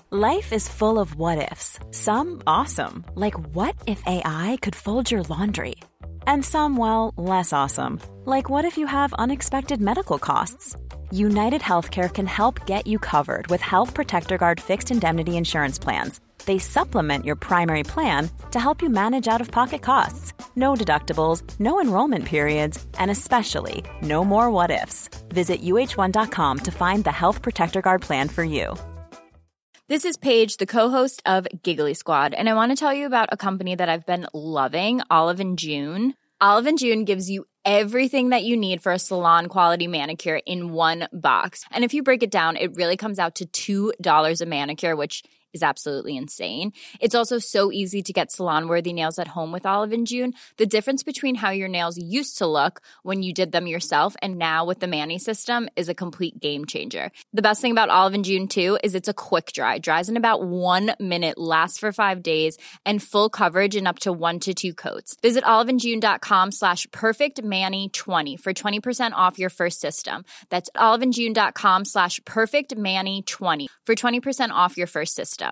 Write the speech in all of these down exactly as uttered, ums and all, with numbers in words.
Life is full of what-ifs. Some awesome, like what if A I could fold your laundry? And some, well, less awesome, like what if you have unexpected medical costs? United Healthcare can help get you covered with Health Protector Guard fixed indemnity insurance plans. They supplement your primary plan to help you manage out-of-pocket costs. No deductibles, no enrollment periods, and especially no more what-ifs. Visit U H one dot com to find the Health Protector Guard plan for you. This is Paige, the co-host of Giggly Squad, and I want to tell you about a company that I've been loving, Olive and June. Olive and June gives you everything that you need for a salon-quality manicure in one box. And if you break it down, it really comes out to two dollars a manicure, which is absolutely insane. It's also so easy to get salon-worthy nails at home with Olive and June. The difference between how your nails used to look when you did them yourself and now with the Mani system is a complete game changer. The best thing about Olive and June, too, is it's a quick dry. Dries in about one minute, lasts for five days, and full coverage in up to one to two coats. Visit oliveandjune.com slash perfectmani20 for twenty percent off your first system. That's oliveandjune.com slash perfectmani20 for twenty percent off your first system.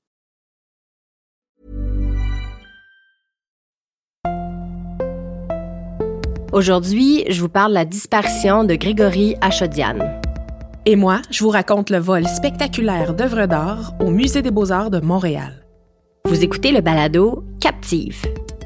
Aujourd'hui, je vous parle de la disparition de Grégory Hachodian. Et moi, je vous raconte le vol spectaculaire d'œuvres d'art au Musée des Beaux-Arts de Montréal. Vous écoutez le balado Captive.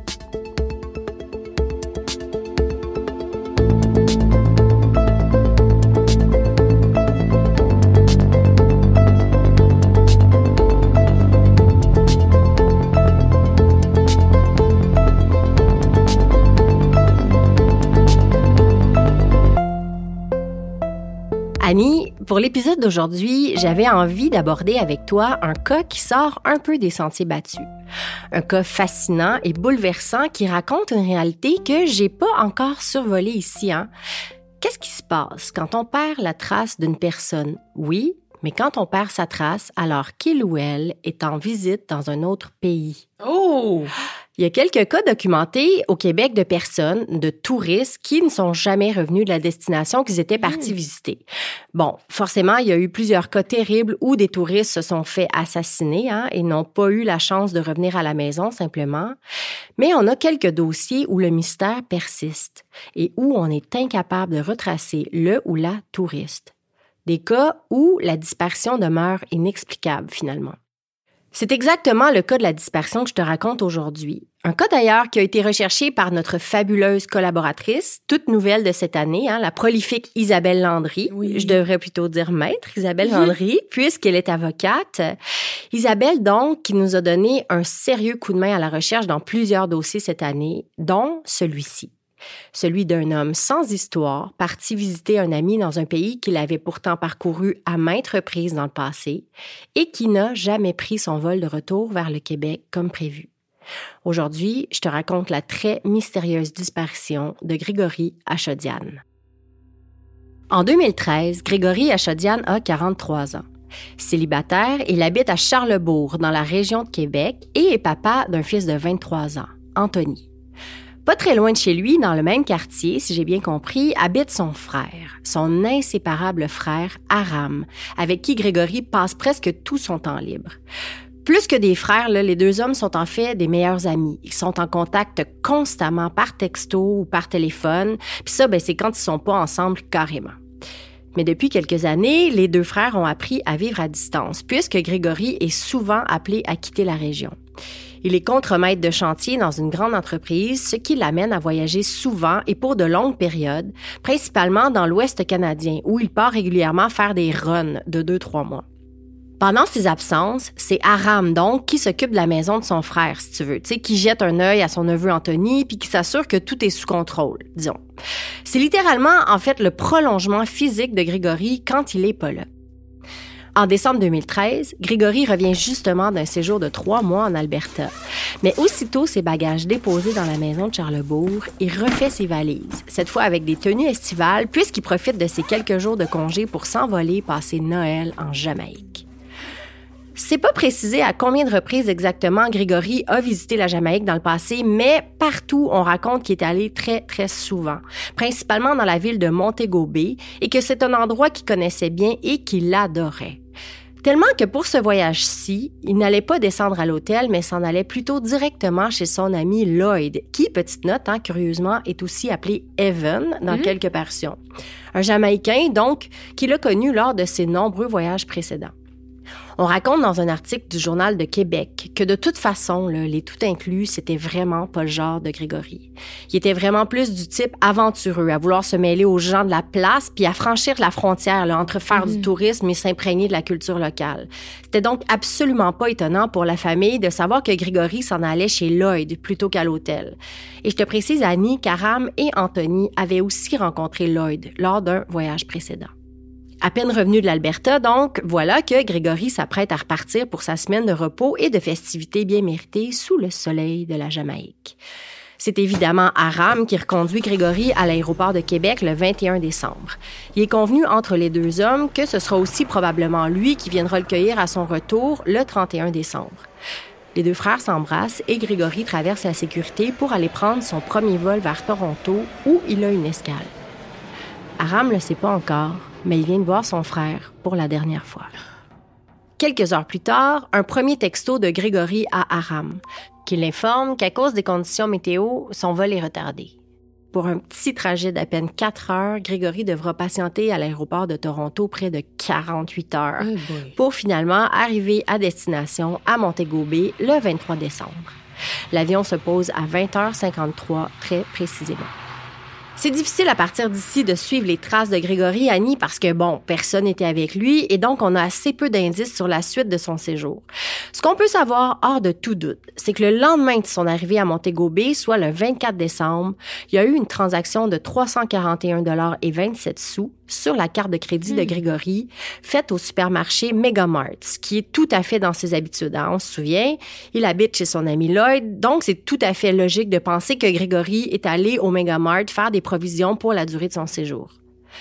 Annie, pour l'épisode d'aujourd'hui, j'avais envie d'aborder avec toi un cas qui sort un peu des sentiers battus. Un cas fascinant et bouleversant qui raconte une réalité que j'ai pas encore survolée ici, hein. Qu'est-ce qui se passe quand on perd la trace d'une personne? Oui, mais quand on perd sa trace alors qu'il ou elle est en visite dans un autre pays. Oh! Il y a quelques cas documentés au Québec de personnes, de touristes qui ne sont jamais revenus de la destination qu'ils étaient partis mmh. visiter. Bon, forcément, il y a eu plusieurs cas terribles où des touristes se sont fait assassiner hein, et n'ont pas eu la chance de revenir à la maison simplement. Mais on a quelques dossiers où le mystère persiste et où on est incapable de retracer le ou la touriste. Des cas où la disparition demeure inexplicable finalement. C'est exactement le cas de la disparition que je te raconte aujourd'hui. Un cas d'ailleurs qui a été recherché par notre fabuleuse collaboratrice, toute nouvelle de cette année, hein, la prolifique Isabelle Landry. Oui. Je devrais plutôt dire maître Isabelle Landry, puisqu'elle est avocate. Isabelle, donc, qui nous a donné un sérieux coup de main à la recherche dans plusieurs dossiers cette année, dont celui-ci. Celui d'un homme sans histoire, parti visiter un ami dans un pays qu'il avait pourtant parcouru à maintes reprises dans le passé et qui n'a jamais pris son vol de retour vers le Québec comme prévu. Aujourd'hui, je te raconte la très mystérieuse disparition de Grégory Hachodian. En deux mille treize, Grégory Hachodian a quarante-trois ans. Célibataire, il habite à Charlesbourg, dans la région de Québec, et est papa d'un fils de vingt-trois ans, Anthony. Pas très loin de chez lui, dans le même quartier, si j'ai bien compris, habite son frère, son inséparable frère Aram, avec qui Grégory passe presque tout son temps libre. Plus que des frères, là, les deux hommes sont en fait des meilleurs amis. Ils sont en contact constamment par texto ou par téléphone, puis ça, ben, c'est quand ils sont pas ensemble carrément. Mais depuis quelques années, les deux frères ont appris à vivre à distance, puisque Grégory est souvent appelé à quitter la région. Il est contremaître de chantier dans une grande entreprise, ce qui l'amène à voyager souvent et pour de longues périodes, principalement dans l'Ouest canadien, où il part régulièrement faire des runs de deux, trois mois. Pendant ses absences, c'est Aram, donc, qui s'occupe de la maison de son frère, si tu veux, tu sais, qui jette un œil à son neveu Anthony puis qui s'assure que tout est sous contrôle, disons. C'est littéralement, en fait, le prolongement physique de Grégory quand il est pas là. En décembre deux mille treize, Grégory revient justement d'un séjour de trois mois en Alberta. Mais aussitôt ses bagages déposés dans la maison de Charlesbourg, il refait ses valises, cette fois avec des tenues estivales, puisqu'il profite de ses quelques jours de congé pour s'envoler passer Noël en Jamaïque. C'est pas précisé à combien de reprises exactement Grégory a visité la Jamaïque dans le passé, mais partout, on raconte qu'il est allé très, très souvent, principalement dans la ville de Montego Bay, et que c'est un endroit qu'il connaissait bien et qu'il adorait. Tellement que pour ce voyage-ci, il n'allait pas descendre à l'hôtel, mais s'en allait plutôt directement chez son ami Lloyd, qui, petite note, hein, curieusement, est aussi appelé Evan dans mmh. quelques versions. Un Jamaïcain, donc, qu'il a connu lors de ses nombreux voyages précédents. On raconte dans un article du Journal de Québec que de toute façon, là, les tout inclus, c'était vraiment pas le genre de Grégory. Il était vraiment plus du type aventureux, à vouloir se mêler aux gens de la place puis à franchir la frontière là, entre faire mmh. du tourisme et s'imprégner de la culture locale. C'était donc absolument pas étonnant pour la famille de savoir que Grégory s'en allait chez Lloyd plutôt qu'à l'hôtel. Et je te précise, Annie, qu'Aram et Anthony avaient aussi rencontré Lloyd lors d'un voyage précédent. À peine revenu de l'Alberta, donc, voilà que Grégory s'apprête à repartir pour sa semaine de repos et de festivités bien méritées sous le soleil de la Jamaïque. C'est évidemment Aram qui reconduit Grégory à l'aéroport de Québec le vingt et un décembre. Il est convenu entre les deux hommes que ce sera aussi probablement lui qui viendra le cueillir à son retour le trente et un décembre. Les deux frères s'embrassent et Grégory traverse la sécurité pour aller prendre son premier vol vers Toronto où il a une escale. Aram ne le sait pas encore, mais il vient de voir son frère pour la dernière fois. Quelques heures plus tard, un premier texto de Grégory à Aram, qui l'informe qu'à cause des conditions météo, son vol est retardé. Pour un petit trajet d'à peine quatre heures, Grégory devra patienter à l'aéroport de Toronto près de quarante-huit heures oh pour finalement arriver à destination à Montego Bay le vingt-trois décembre. L'avion se pose à vingt heures cinquante-trois, très précisément. C'est difficile à partir d'ici de suivre les traces de Grégory, Annie, parce que, bon, personne n'était avec lui et donc on a assez peu d'indices sur la suite de son séjour. Ce qu'on peut savoir hors de tout doute, c'est que le lendemain de son arrivée à Montego Bay, soit le vingt-quatre décembre, il y a eu une transaction de trois cent quarante et un dollars et vingt-sept sous sur la carte de crédit mmh. de Grégory, faite au supermarché Megamart, ce qui est tout à fait dans ses habitudes. Hein? On se souvient, il habite chez son ami Lloyd, donc c'est tout à fait logique de penser que Grégory est allé au Megamart faire des provisions pour la durée de son séjour.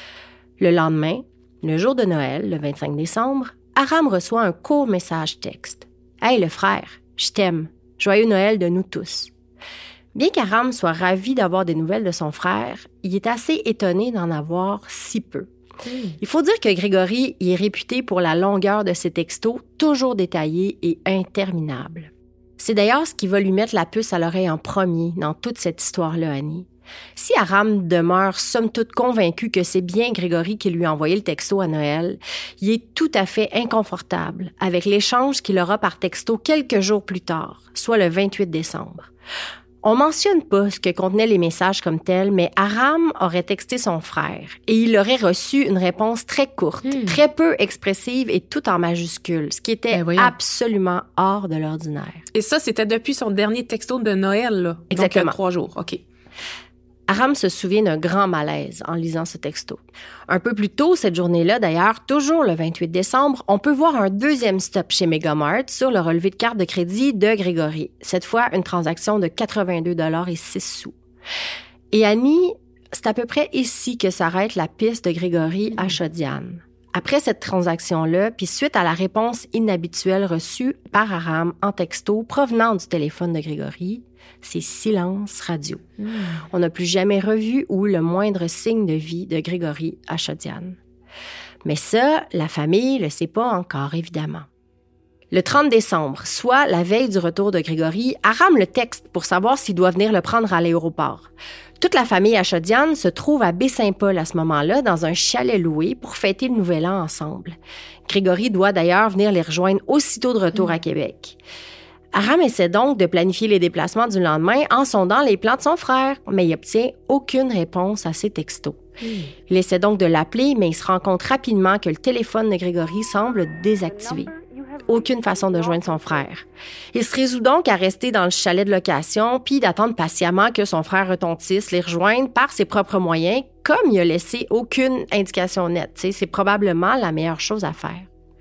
Le lendemain, le jour de Noël, le vingt-cinq décembre, Aram reçoit un court message texte. « Hey, le frère, je t'aime. Joyeux Noël de nous tous. » Bien qu'Aram soit ravi d'avoir des nouvelles de son frère, il est assez étonné d'en avoir si peu. Mmh. Il faut dire que Grégory est réputé pour la longueur de ses textos, toujours détaillés et interminables. C'est d'ailleurs ce qui va lui mettre la puce à l'oreille en premier dans toute cette histoire-là, Annie. Si Aram demeure somme toute convaincu que c'est bien Grégory qui lui a envoyé le texto à Noël, il est tout à fait inconfortable avec l'échange qu'il aura par texto quelques jours plus tard, soit le vingt-huit décembre. On mentionne pas ce que contenaient les messages comme tels, mais Aram aurait texté son frère et il aurait reçu une réponse très courte, hmm. très peu expressive et tout en majuscules, ce qui était ben absolument hors de l'ordinaire. Et ça, c'était depuis son dernier texto de Noël, là. Exactement. Donc, trois jours, OK. Aram se souvient d'un grand malaise en lisant ce texto. Un peu plus tôt, cette journée-là, d'ailleurs, toujours le vingt-huit décembre, on peut voir un deuxième stop chez Megamart sur le relevé de carte de crédit de Grégory. Cette fois, une transaction de quatre-vingt-deux dollars et six sous. Et Annie, c'est à peu près ici que s'arrête la piste de Grégory à Chaudiane. Après cette transaction-là, puis suite à la réponse inhabituelle reçue par Aram en texto provenant du téléphone de Grégory, c'est silence radio. Mmh. On n'a plus jamais revu ou le moindre signe de vie de Grégory à Chaudiane. Mais ça, la famille le sait pas encore, évidemment. Le trente décembre, soit la veille du retour de Grégory, Aram le texte pour savoir s'il doit venir le prendre à l'aéroport. Toute la famille à Chaudiane se trouve à Baie-Saint-Paul à ce moment-là, dans un chalet loué pour fêter le Nouvel An ensemble. Grégory doit d'ailleurs venir les rejoindre aussitôt de retour mmh. à Québec. Aram essaie donc de planifier les déplacements du lendemain en sondant les plans de son frère, mais il obtient aucune réponse à ses textos. Mmh. Il essaie donc de l'appeler, mais il se rend compte rapidement que le téléphone de Grégory semble désactivé. Aucune façon de joindre son frère. Il se résout donc à rester dans le chalet de location puis d'attendre patiemment que son frère retentisse les rejoindre par ses propres moyens, comme il a laissé aucune indication nette. T'sais, c'est probablement la meilleure chose à faire.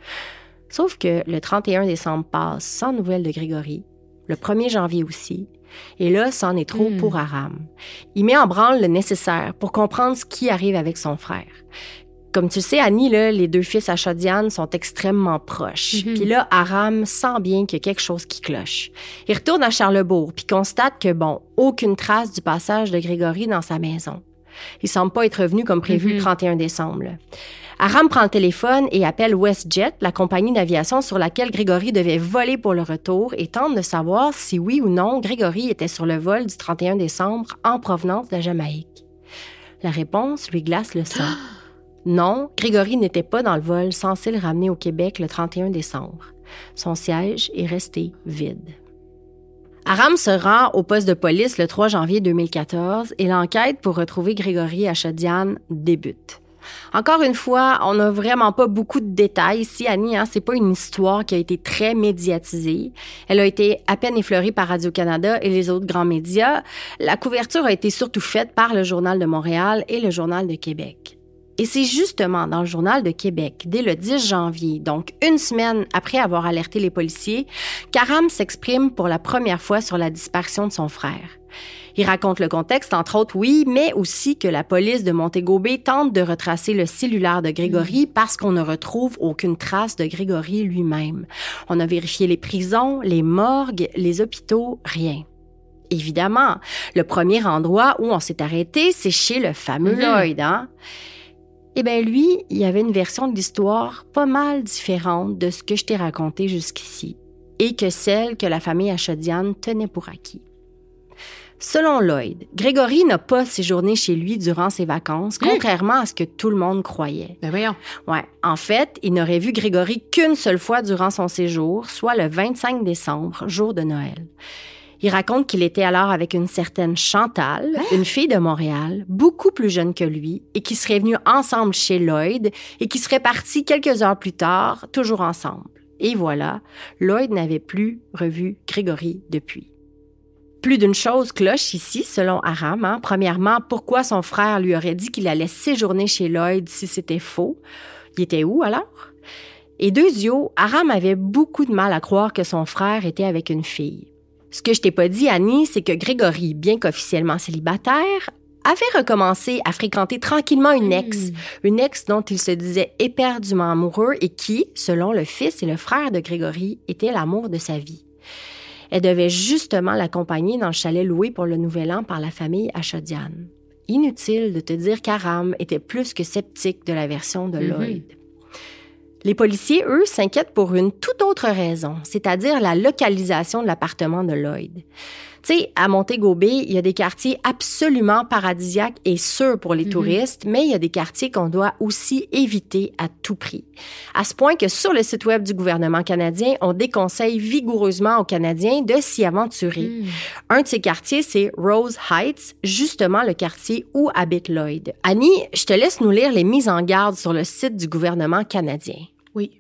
Sauf que le trente et un décembre passe sans nouvelles de Grégory, le premier janvier aussi, et là, c'en est trop mmh. pour Aram. Il met en branle le nécessaire pour comprendre ce qui arrive avec son frère. Comme tu le sais, Annie, là, les deux fils à Chaudiane sont extrêmement proches. Mm-hmm. Puis là, Aram sent bien qu'il y a quelque chose qui cloche. Il retourne à Charlesbourg puis constate que, bon, aucune trace du passage de Grégory dans sa maison. Il semble pas être revenu comme prévu mm-hmm. le trente et un décembre. Là. Aram prend le téléphone et appelle WestJet, la compagnie d'aviation sur laquelle Grégory devait voler pour le retour, et tente de savoir si oui ou non Grégory était sur le vol du trente et un décembre en provenance de la Jamaïque. La réponse lui glace le sang. Non, Grégory n'était pas dans le vol censé le ramener au Québec le trente et un décembre. Son siège est resté vide. Aram se rend au poste de police le trois janvier deux mille quatorze et l'enquête pour retrouver Grégory à Chaudiane débute. Encore une fois, on n'a vraiment pas beaucoup de détails ici, Annie. Hein? C'est pas une histoire qui a été très médiatisée. Elle a été à peine effleurée par Radio-Canada et les autres grands médias. La couverture a été surtout faite par le Journal de Montréal et le Journal de Québec. Et c'est justement dans le Journal de Québec, dès le dix janvier, donc une semaine après avoir alerté les policiers, qu'Aram s'exprime pour la première fois sur la disparition de son frère. Il raconte le contexte, entre autres, oui, mais aussi que la police de Montego Bay tente de retracer le cellulaire de Grégory mmh. parce qu'on ne retrouve aucune trace de Grégory lui-même. On a vérifié les prisons, les morgues, les hôpitaux, rien. Évidemment, le premier endroit où on s'est arrêté, c'est chez le fameux mmh. Lloyd, hein? Eh bien, lui, il y avait une version de l'histoire pas mal différente de ce que je t'ai raconté jusqu'ici et que celle que la famille à Chaudiane tenait pour acquis. Selon Lloyd, Grégory n'a pas séjourné chez lui durant ses vacances, mmh. contrairement à ce que tout le monde croyait. Ben voyons. Ouais. En fait, il n'aurait vu Grégory qu'une seule fois durant son séjour, soit le vingt-cinq décembre, jour de Noël. Il raconte qu'il était alors avec une certaine Chantal, hein? une fille de Montréal, beaucoup plus jeune que lui, et qui seraient venus ensemble chez Lloyd et qui seraient partis quelques heures plus tard, toujours ensemble. Et voilà, Lloyd n'avait plus revu Grégory depuis. Plus d'une chose cloche ici, selon Aram. Hein? Premièrement, pourquoi son frère lui aurait dit qu'il allait séjourner chez Lloyd si c'était faux? Il était où alors? Et deuxièmement, Aram avait beaucoup de mal à croire que son frère était avec une fille. Ce que je t'ai pas dit, Annie, c'est que Grégory, bien qu'officiellement célibataire, avait recommencé à fréquenter tranquillement une ex, mmh. une ex dont il se disait éperdument amoureux et qui, selon le fils et le frère de Grégory, était l'amour de sa vie. Elle devait justement l'accompagner dans le chalet loué pour le Nouvel An par la famille à Chaudiane. Inutile de te dire qu'Aram était plus que sceptique de la version de Lloyd. Mm-hmm. Les policiers, eux, s'inquiètent pour une toute autre raison, c'est-à-dire la localisation de l'appartement de Lloyd. Tu sais, à Montego Bay, il y a des quartiers absolument paradisiaques et sûrs pour les mm-hmm. touristes, mais il y a des quartiers qu'on doit aussi éviter à tout prix. À ce point que sur le site web du gouvernement canadien, on déconseille vigoureusement aux Canadiens de s'y aventurer. Mm. Un de ces quartiers, c'est Rose Heights, justement le quartier où habite Lloyd. Annie, je te laisse nous lire les mises en garde sur le site du gouvernement canadien. Oui.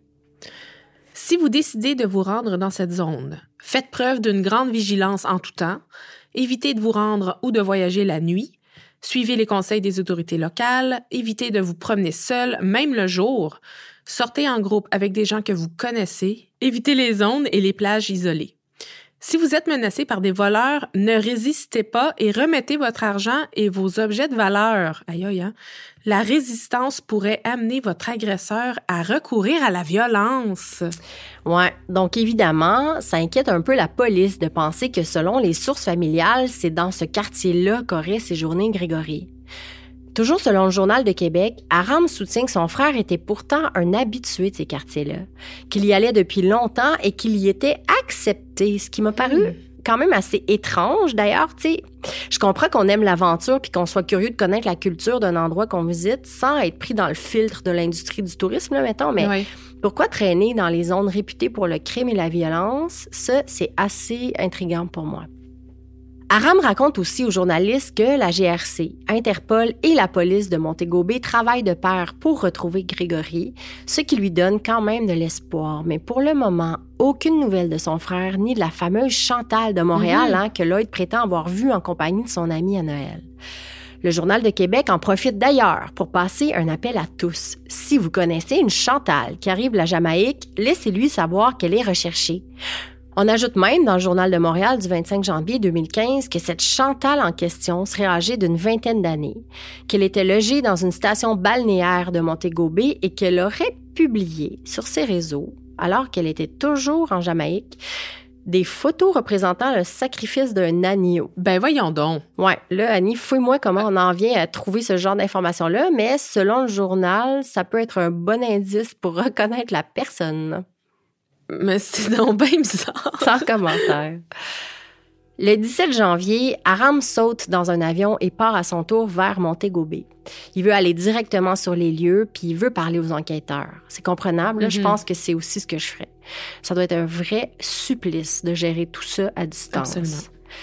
Si vous décidez de vous rendre dans cette zone, faites preuve d'une grande vigilance en tout temps, évitez de vous rendre ou de voyager la nuit, suivez les conseils des autorités locales, évitez de vous promener seul, même le jour, sortez en groupe avec des gens que vous connaissez, évitez les zones et les plages isolées. Si vous êtes menacé par des voleurs, ne résistez pas et remettez votre argent et vos objets de valeur. Aïe, aïe, hein? La résistance pourrait amener votre agresseur à recourir à la violence. Ouais, donc évidemment, ça inquiète un peu la police de penser que selon les sources familiales, c'est dans ce quartier-là qu'aurait séjourné Grégory. Toujours selon le Journal de Québec, Aram soutient que son frère était pourtant un habitué de ces quartiers-là, qu'il y allait depuis longtemps et qu'il y était accepté, ce qui m'a paru mmh. quand même assez étrange. D'ailleurs, tu sais, je comprends qu'on aime l'aventure puis qu'on soit curieux de connaître la culture d'un endroit qu'on visite sans être pris dans le filtre de l'industrie du tourisme, là, mettons, mais oui. Pourquoi traîner dans les zones réputées pour le crime et la violence? Ça, c'est assez intriguant pour moi. Aram raconte aussi aux journalistes que la G R C, Interpol et la police de Montego Bay travaillent de pair pour retrouver Grégory, ce qui lui donne quand même de l'espoir. Mais pour le moment, aucune nouvelle de son frère ni de la fameuse Chantal de Montréal mm-hmm. hein, que Lloyd prétend avoir vue en compagnie de son ami à Noël. Le Journal de Québec en profite d'ailleurs pour passer un appel à tous. Si vous connaissez une Chantal qui arrive de la Jamaïque, laissez-lui savoir qu'elle est recherchée. On ajoute même dans le Journal de Montréal du vingt-cinq janvier deux mille quinze que cette Chantal en question serait âgée d'une vingtaine d'années, qu'elle était logée dans une station balnéaire de Montego Bay et qu'elle aurait publié sur ses réseaux, alors qu'elle était toujours en Jamaïque, des photos représentant le sacrifice d'un agneau. Ben voyons donc. Ouais, là, Annie, fouille-moi comment on en vient à trouver ce genre d'informations-là, mais selon le journal, ça peut être un bon indice pour reconnaître la personne. Mais c'est donc bien bizarre. Sans commentaire. Le dix-sept janvier, Aram saute dans un avion et part à son tour vers Montego Bay. Il veut aller directement sur les lieux, puis il veut parler aux enquêteurs. C'est comprenable, là, mm-hmm. Je pense que c'est aussi ce que je ferais. Ça doit être un vrai supplice de gérer tout ça à distance. Absolument.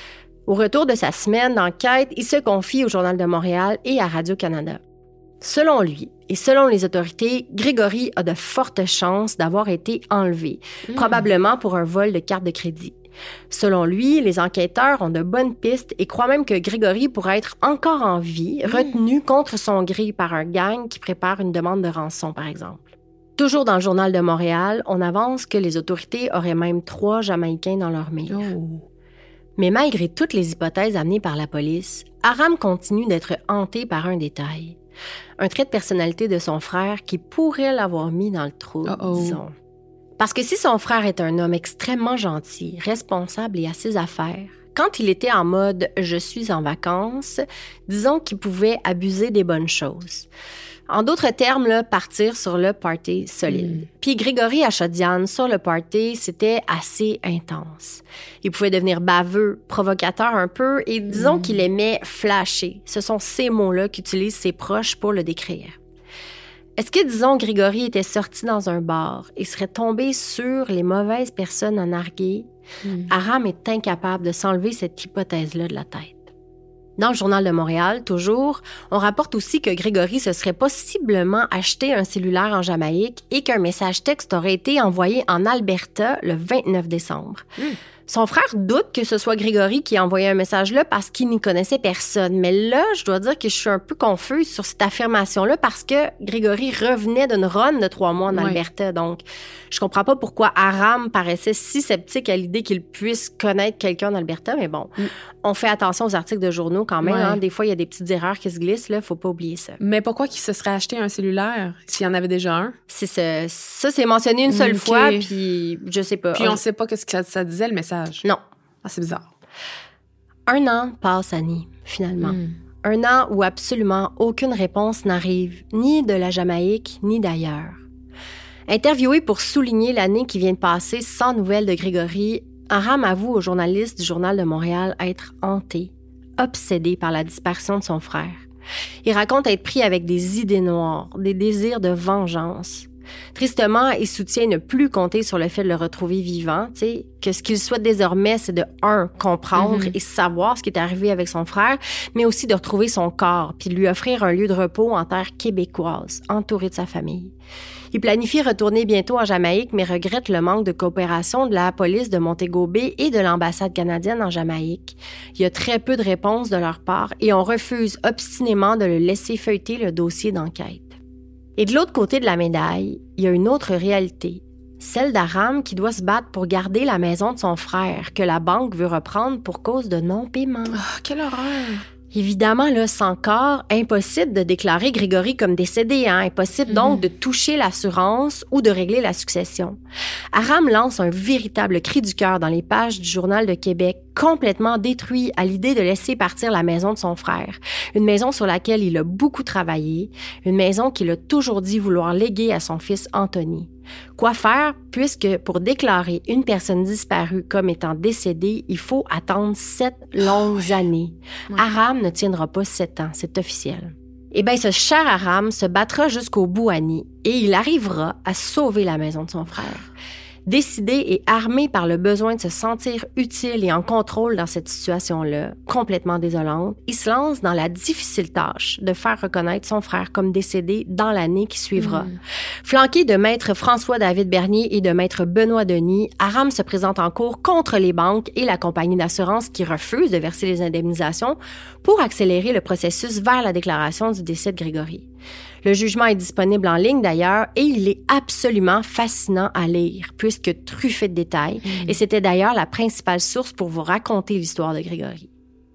Au retour de sa semaine d'enquête, il se confie au Journal de Montréal et à Radio-Canada. Selon lui, et selon les autorités, Grégory a de fortes chances d'avoir été enlevé, mm. probablement pour un vol de carte de crédit. Selon lui, les enquêteurs ont de bonnes pistes et croient même que Grégory pourrait être encore en vie, retenu contre son gré par un gang qui prépare une demande de rançon, par exemple. Toujours dans le Journal de Montréal, on avance que les autorités auraient même trois Jamaïcains dans leur mire. Oh. Mais malgré toutes les hypothèses amenées par la police, Aram continue d'être hanté par un détail. Un trait de personnalité de son frère qui pourrait l'avoir mis dans le trou, Uh-oh. disons. Parce que si son frère est un homme extrêmement gentil, responsable et à ses affaires, quand il était en mode « je suis en vacances », disons qu'il pouvait abuser des bonnes choses. En d'autres termes, là, partir sur le party solide. Mm. Puis Grégory à Chaudiane, sur le party, c'était assez intense. Il pouvait devenir baveux, provocateur un peu, et disons mm. qu'il aimait flasher. Ce sont ces mots-là qu'utilisent ses proches pour le décrire. Est-ce que, disons, Grégory était sorti dans un bar et serait tombé sur les mauvaises personnes à narguer? Mm. Aram est incapable de s'enlever cette hypothèse-là de la tête. Dans le Journal de Montréal, toujours, on rapporte aussi que Grégory se serait possiblement acheté un cellulaire en Jamaïque et qu'un message texte aurait été envoyé en Alberta le vingt-neuf décembre. Mm. Son frère doute que ce soit Grégory qui a envoyé un message là parce qu'il n'y connaissait personne. Mais là, je dois dire que je suis un peu confuse sur cette affirmation-là parce que Grégory revenait d'une run de trois mois en oui. Alberta. Donc, je comprends pas pourquoi Aram paraissait si sceptique à l'idée qu'il puisse connaître quelqu'un en Alberta. Mais bon, mm. on fait attention aux articles de journaux quand même. Ouais. Hein. Des fois, il y a des petites erreurs qui se glissent. Là, faut pas oublier ça. Mais pourquoi qu'il se serait acheté un cellulaire s'il y en avait déjà un? C'est ça. Ça, c'est mentionné une seule okay. fois, puis je sais pas. Puis on sait pas qu'est-ce que ça, ça disait, le message. Non. Ah, c'est bizarre. Un an passe, Annie, finalement. Mm. Un an où absolument aucune réponse n'arrive, ni de la Jamaïque, ni d'ailleurs. Interviewé pour souligner l'année qui vient de passer sans nouvelles de Grégory, Aram avoue aux journalistes du Journal de Montréal être hanté, obsédé par la disparition de son frère. Il raconte être pris avec des idées noires, des désirs de vengeance. Tristement, il soutient ne plus compter sur le fait de le retrouver vivant, tu sais, que ce qu'il souhaite désormais, c'est de, un, comprendre mm-hmm. et savoir ce qui est arrivé avec son frère, mais aussi de retrouver son corps, puis de lui offrir un lieu de repos en terre québécoise, entouré de sa famille. Il planifie retourner bientôt en Jamaïque, mais regrette le manque de coopération de la police de Montego Bay et de l'ambassade canadienne en Jamaïque. Il y a très peu de réponses de leur part et on refuse obstinément de le laisser feuilleter le dossier d'enquête. Et de l'autre côté de la médaille, il y a une autre réalité, celle d'Aram qui doit se battre pour garder la maison de son frère, que la banque veut reprendre pour cause de non-paiement. Oh, quelle horreur! Évidemment, là, sans corps, impossible de déclarer Grégory comme décédé, hein? Impossible mmh. donc de toucher l'assurance ou de régler la succession. Aram lance un véritable cri du cœur dans les pages du Journal de Québec, complètement détruit à l'idée de laisser partir la maison de son frère. Une maison sur laquelle il a beaucoup travaillé, une maison qu'il a toujours dit vouloir léguer à son fils Anthony. Quoi faire, puisque pour déclarer une personne disparue comme étant décédée, il faut attendre sept longues oh, oui. années. Oui. Aram ne tiendra pas sept ans, c'est officiel. Eh bien, ce cher Aram se battra jusqu'au bout, Annie, et il arrivera à sauver la maison de son frère. Décidé et armé par le besoin de se sentir utile et en contrôle dans cette situation-là, complètement désolante, il se lance dans la difficile tâche de faire reconnaître son frère comme décédé dans l'année qui suivra. Mmh. Flanqué de maître François-David Bernier et de maître Benoît Denis, Aram se présente en cours contre les banques et la compagnie d'assurance qui refuse de verser les indemnisations pour accélérer le processus vers la déclaration du décès de Grégory. Le jugement est disponible en ligne d'ailleurs et il est absolument fascinant à lire puisque truffé de détails mmh. et c'était d'ailleurs la principale source pour vous raconter l'histoire de Grégory.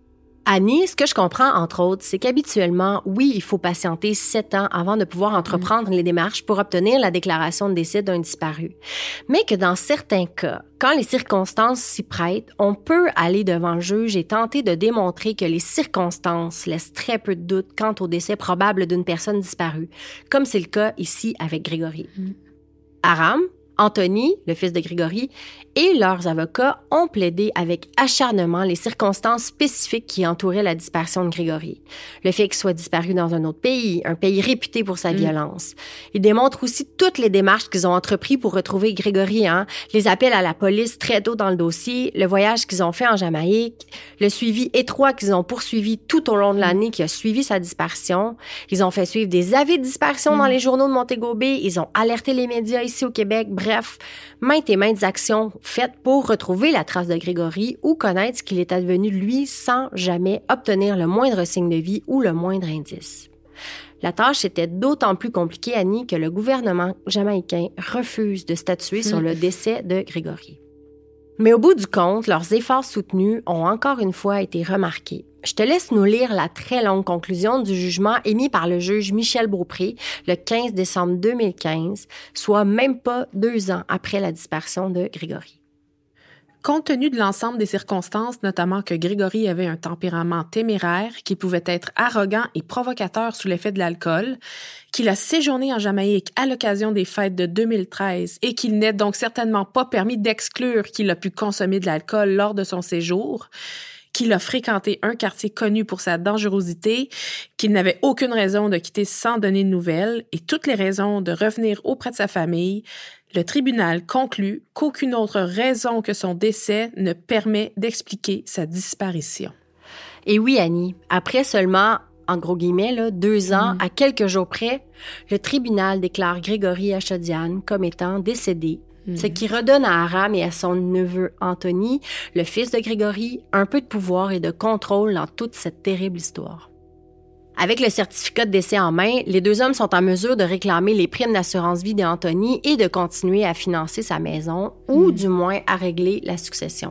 Annie, ce que je comprends, entre autres, c'est qu'habituellement, oui, il faut patienter sept ans avant de pouvoir entreprendre mmh. les démarches pour obtenir la déclaration de décès d'un disparu. Mais que dans certains cas, quand les circonstances s'y prêtent, on peut aller devant le juge et tenter de démontrer que les circonstances laissent très peu de doute quant au décès probable d'une personne disparue, comme c'est le cas ici avec Grégory. Mmh. Aram, Anthony, le fils de Grégory, et leurs avocats ont plaidé avec acharnement les circonstances spécifiques qui entouraient la disparition de Grégory. Le fait qu'il soit disparu dans un autre pays, un pays réputé pour sa mmh. violence. Ils démontrent aussi toutes les démarches qu'ils ont entreprises pour retrouver Grégory, hein? Les appels à la police très tôt dans le dossier, le voyage qu'ils ont fait en Jamaïque, le suivi étroit qu'ils ont poursuivi tout au long de l'année qui a suivi sa disparition. Ils ont fait suivre des avis de disparition mmh. dans les journaux de Montego Bay. Ils ont alerté les médias ici au Québec. Bref, maintes et maintes actions faites pour retrouver la trace de Grégory ou connaître ce qu'il est advenu de lui sans jamais obtenir le moindre signe de vie ou le moindre indice. La tâche était d'autant plus compliquée, Annie, que le gouvernement jamaïcain refuse de statuer sur le décès de Grégory. Mais au bout du compte, leurs efforts soutenus ont encore une fois été remarqués. Je te laisse nous lire la très longue conclusion du jugement émis par le juge Michel Beaupré le quinze décembre deux mille quinze, soit même pas deux ans après la disparition de Grégory. Compte tenu de l'ensemble des circonstances, notamment que Grégory avait un tempérament téméraire, qu'il pouvait être arrogant et provocateur sous l'effet de l'alcool, qu'il a séjourné en Jamaïque à l'occasion des fêtes de deux mille treize et qu'il n'est donc certainement pas permis d'exclure qu'il a pu consommer de l'alcool lors de son séjour, qu'il a fréquenté un quartier connu pour sa dangerosité, qu'il n'avait aucune raison de quitter sans donner de nouvelles et toutes les raisons de revenir auprès de sa famille, le tribunal conclut qu'aucune autre raison que son décès ne permet d'expliquer sa disparition. Et oui, Annie, après seulement, en gros guillemets, là, deux ans, mmh. à quelques jours près, le tribunal déclare Grégory Achodian comme étant décédé, mmh. ce qui redonne à Aram et à son neveu Anthony, le fils de Grégory, un peu de pouvoir et de contrôle dans toute cette terrible histoire. Avec le certificat de décès en main, les deux hommes sont en mesure de réclamer les primes d'assurance vie d'Anthony et de continuer à financer sa maison, mmh. ou du moins à régler la succession.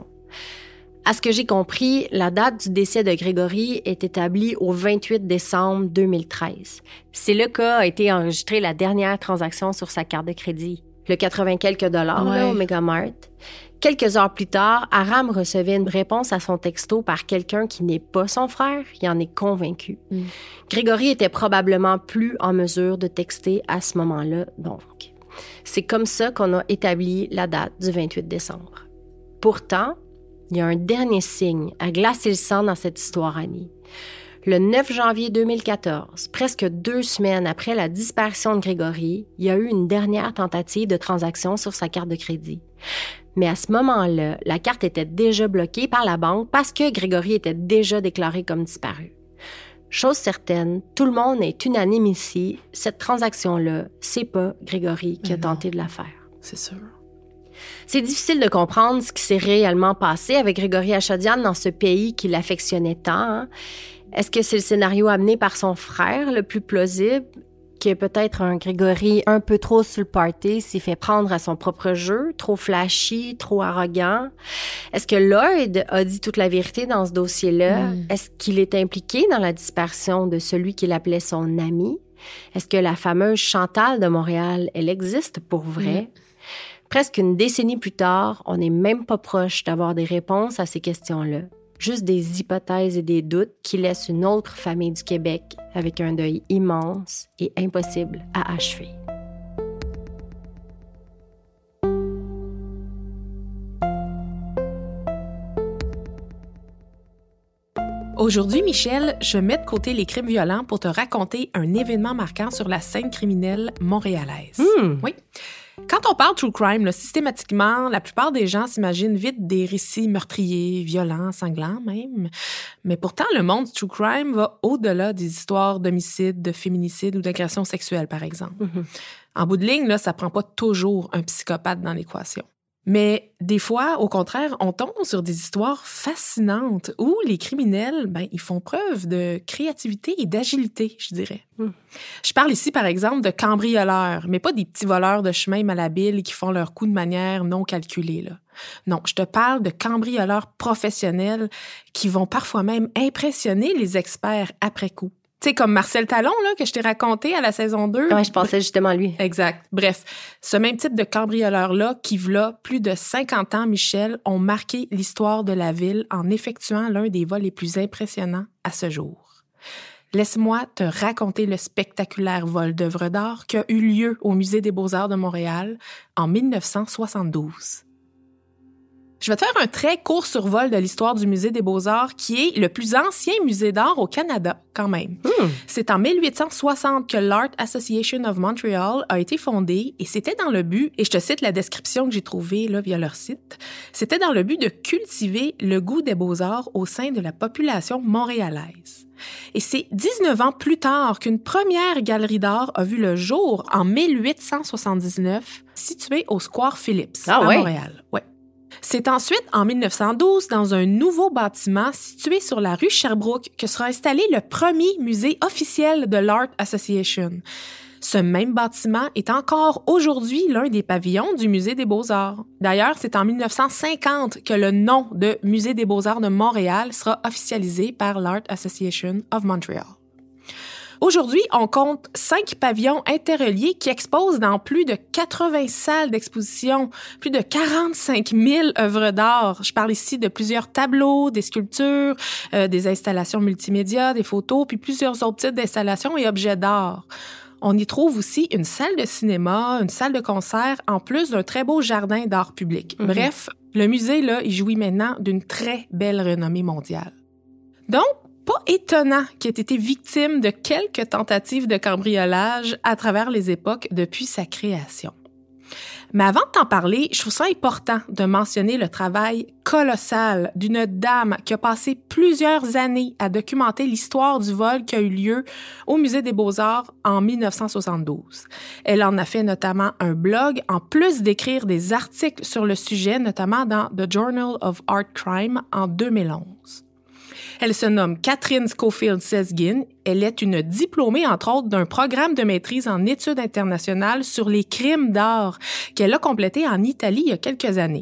À ce que j'ai compris, la date du décès de Grégory est établie au vingt-huit décembre deux mille treize. C'est là qu'a été enregistrée la dernière transaction sur sa carte de crédit, le quatre-vingts quelques dollars ouais. là, au Megamart. Quelques heures plus tard, Aram recevait une réponse à son texto par quelqu'un qui n'est pas son frère, il en est convaincu. Mm. Grégory était probablement plus en mesure de texter à ce moment-là, donc. C'est comme ça qu'on a établi la date du vingt-huit décembre. Pourtant, il y a un dernier signe à glacer le sang dans cette histoire, Annie. Le neuf janvier deux mille quatorze, presque deux semaines après la disparition de Grégory, il y a eu une dernière tentative de transaction sur sa carte de crédit. Mais à ce moment-là, la carte était déjà bloquée par la banque parce que Grégory était déjà déclaré comme disparu. Chose certaine, tout le monde est unanime ici, cette transaction-là, c'est pas Grégory qui a tenté de la faire. C'est sûr. C'est difficile de comprendre ce qui s'est réellement passé avec Grégory Achodian dans ce pays qui l'affectionnait tant. Hein? Est-ce que c'est le scénario amené par son frère le plus plausible? Que peut-être un Grégory un peu trop sur le party s'est fait prendre à son propre jeu, trop flashy, trop arrogant. Est-ce que Lloyd a dit toute la vérité dans ce dossier-là? Mm. Est-ce qu'il est impliqué dans la disparition de celui qu'il appelait son ami? Est-ce que la fameuse Chantal de Montréal, elle existe pour vrai? Mm. Presque une décennie plus tard, on n'est même pas proche d'avoir des réponses à ces questions-là. Juste des hypothèses et des doutes qui laissent une autre famille du Québec avec un deuil immense et impossible à achever. Aujourd'hui, Michel, je mets de côté les crimes violents pour te raconter un événement marquant sur la scène criminelle montréalaise. Mmh. Oui. Quand on parle true crime, là, systématiquement, la plupart des gens s'imaginent vite des récits meurtriers, violents, sanglants même. Mais pourtant, le monde du true crime va au-delà des histoires d'homicide, de féminicide ou d'agression sexuelle, par exemple. Mm-hmm. En bout de ligne, là, ça prend pas toujours un psychopathe dans l'équation. Mais des fois, au contraire, on tombe sur des histoires fascinantes où les criminels, ben, ils font preuve de créativité et d'agilité, je dirais. Mm. Je parle ici, par exemple, de cambrioleurs, mais pas des petits voleurs de chemin malhabiles qui font leur coup de manière non calculée, là. Non, je te parle de cambrioleurs professionnels qui vont parfois même impressionner les experts après coup. Tu sais, comme Marcel Talon, là, que je t'ai raconté à la saison deux. Oui, je pensais justement à lui. Exact. Bref, ce même type de cambrioleurs-là, qui, v'là plus de cinquante ans, Michel, ont marqué l'histoire de la ville en effectuant l'un des vols les plus impressionnants à ce jour. Laisse-moi te raconter le spectaculaire vol d'œuvres d'art qui a eu lieu au Musée des Beaux-Arts de Montréal en dix-neuf cent soixante-douze. Je vais te faire un très court survol de l'histoire du Musée des Beaux-Arts, qui est le plus ancien musée d'art au Canada, quand même. Mmh. C'est en dix-huit cent soixante que l'Art Association of Montreal a été fondée, et c'était dans le but, et je te cite la description que j'ai trouvée là via leur site, c'était dans le but de cultiver le goût des beaux-arts au sein de la population montréalaise. Et c'est dix-neuf ans plus tard qu'une première galerie d'art a vu le jour en dix-huit cent soixante-dix-neuf, située au Square Phillips, ah, à ouais. Montréal. Ouais. C'est ensuite, en dix-neuf cent douze, dans un nouveau bâtiment situé sur la rue Sherbrooke, que sera installé le premier musée officiel de l'Art Association. Ce même bâtiment est encore aujourd'hui l'un des pavillons du Musée des Beaux-Arts. D'ailleurs, c'est en dix-neuf cent cinquante que le nom de Musée des Beaux-Arts de Montréal sera officialisé par l'Art Association of Montreal. Aujourd'hui, on compte cinq pavillons interreliés qui exposent dans plus de quatre-vingts salles d'exposition, plus de quarante-cinq mille œuvres d'art. Je parle ici de plusieurs tableaux, des sculptures, euh, des installations multimédia, des photos, puis plusieurs autres types d'installations et objets d'art. On y trouve aussi une salle de cinéma, une salle de concert, en plus d'un très beau jardin d'art public. Mm-hmm. Bref, le musée, là, il jouit maintenant d'une très belle renommée mondiale. Donc, pas étonnant qu'il ait été victime de quelques tentatives de cambriolage à travers les époques depuis sa création. Mais avant de t'en parler, je trouve ça important de mentionner le travail colossal d'une dame qui a passé plusieurs années à documenter l'histoire du vol qui a eu lieu au Musée des Beaux-Arts en dix-neuf cent soixante-douze. Elle en a fait notamment un blog, en plus d'écrire des articles sur le sujet, notamment dans The Journal of Art Crime en deux mille onze. Elle se nomme Catherine Scofield Sesguin. Elle est une diplômée, entre autres, d'un programme de maîtrise en études internationales sur les crimes d'art qu'elle a complété en Italie il y a quelques années.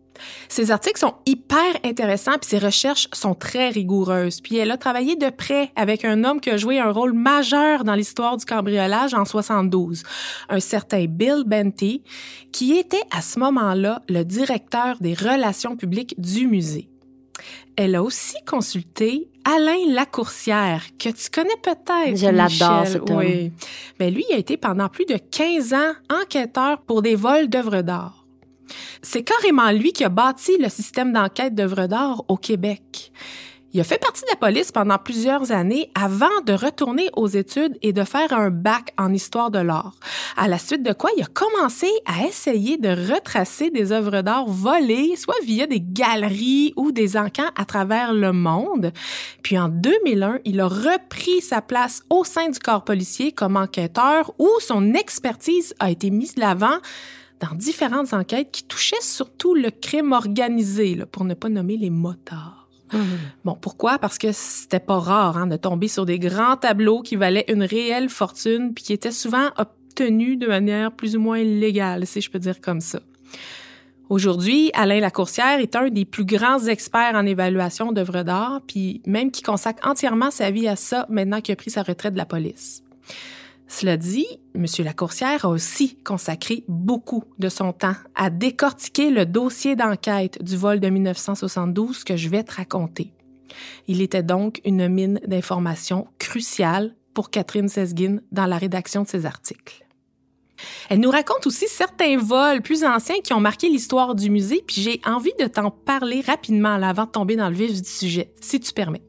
Ses articles sont hyper intéressants puis ses recherches sont très rigoureuses. Puis elle a travaillé de près avec un homme qui a joué un rôle majeur dans l'histoire du cambriolage en soixante-douze, un certain Bill Benty, qui était à ce moment-là le directeur des relations publiques du musée. Elle a aussi consulté Alain Lacourcière, que tu connais peut-être, Je l'adore, cet homme. Oui. Ben, lui, il a été pendant plus de quinze ans enquêteur pour des vols d'œuvres d'art. C'est carrément lui qui a bâti le système d'enquête d'œuvres d'art au Québec. Il a fait partie de la police pendant plusieurs années avant de retourner aux études et de faire un bac en histoire de l'art. À la suite de quoi, il a commencé à essayer de retracer des œuvres d'art volées, soit via des galeries ou des encans à travers le monde. Puis en deux mille un, il a repris sa place au sein du corps policier comme enquêteur où son expertise a été mise de l'avant dans différentes enquêtes qui touchaient surtout le crime organisé, là, pour ne pas nommer les motards. Mmh. Bon, pourquoi? Parce que c'était pas rare hein, de tomber sur des grands tableaux qui valaient une réelle fortune puis qui étaient souvent obtenus de manière plus ou moins illégale, si je peux dire comme ça. Aujourd'hui, Alain Lacourcière est un des plus grands experts en évaluation d'œuvres d'art, puis même qui consacre entièrement sa vie à ça maintenant qu'il a pris sa retraite de la police. Cela dit, M. Lacourcière a aussi consacré beaucoup de son temps à décortiquer le dossier d'enquête du vol de dix-neuf cent soixante-douze que je vais te raconter. Il était donc une mine d'informations cruciale pour Catherine Sesguin dans la rédaction de ses articles. Elle nous raconte aussi certains vols plus anciens qui ont marqué l'histoire du musée, puis j'ai envie de t'en parler rapidement là, avant de tomber dans le vif du sujet, si tu permets.